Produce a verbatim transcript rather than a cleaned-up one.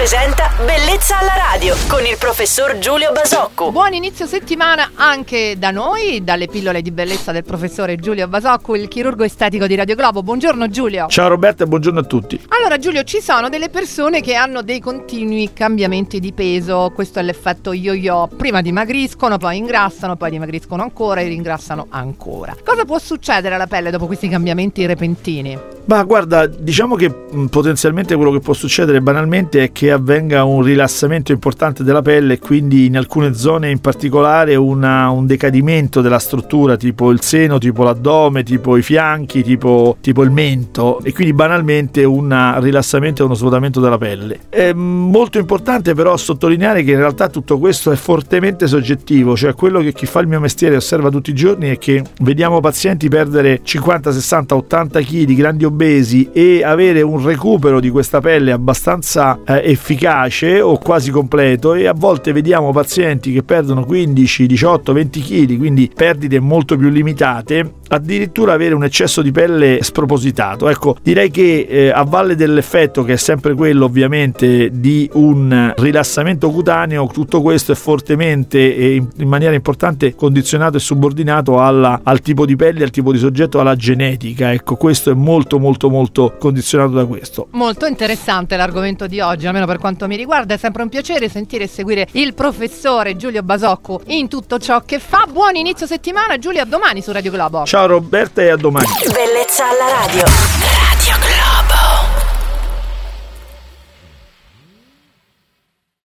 presenta Bellezza alla radio con il professor Giulio Basocco. Buon inizio settimana anche da noi, dalle pillole di bellezza del professore Giulio Basocco, il chirurgo estetico di Radio Globo. Buongiorno Giulio. Ciao Roberta e buongiorno a tutti. Allora Giulio, ci sono delle persone che hanno dei continui cambiamenti di peso, questo è l'effetto yo-yo, prima dimagriscono, poi ingrassano, poi dimagriscono ancora e ringrassano ancora. Cosa può succedere alla pelle dopo questi cambiamenti repentini? Ma guarda, diciamo che mh, potenzialmente quello che può succedere banalmente è che avvenga un rilassamento importante della pelle e quindi in alcune zone in particolare una, un decadimento della struttura, tipo il seno, tipo l'addome, tipo i fianchi, tipo, tipo il mento, e quindi banalmente un rilassamento e uno svuotamento della pelle. È molto importante però sottolineare che in realtà tutto questo è fortemente soggettivo, cioè quello che chi fa il mio mestiere osserva tutti i giorni è che vediamo pazienti perdere cinquanta, sessanta, ottanta chili, grandi obesi, e avere un recupero di questa pelle abbastanza eh, efficace o quasi completo, e a volte vediamo pazienti che perdono quindici, diciotto, venti chili, quindi perdite molto più limitate, addirittura avere un eccesso di pelle spropositato. Ecco, direi che eh, a valle dell'effetto, che è sempre quello ovviamente di un rilassamento cutaneo, tutto questo è fortemente e in, in maniera importante condizionato e subordinato alla, al tipo di pelle, al tipo di soggetto, alla genetica. Ecco, questo è molto molto molto condizionato da questo. Molto interessante l'argomento di oggi, almeno per quanto mi riguarda. È sempre un piacere sentire e seguire il professore Giulio Basocco in tutto ciò che fa. Buon inizio settimana Giulio, a domani su Radio Globo. Ciao Roberta e a domani. Bellezza alla radio.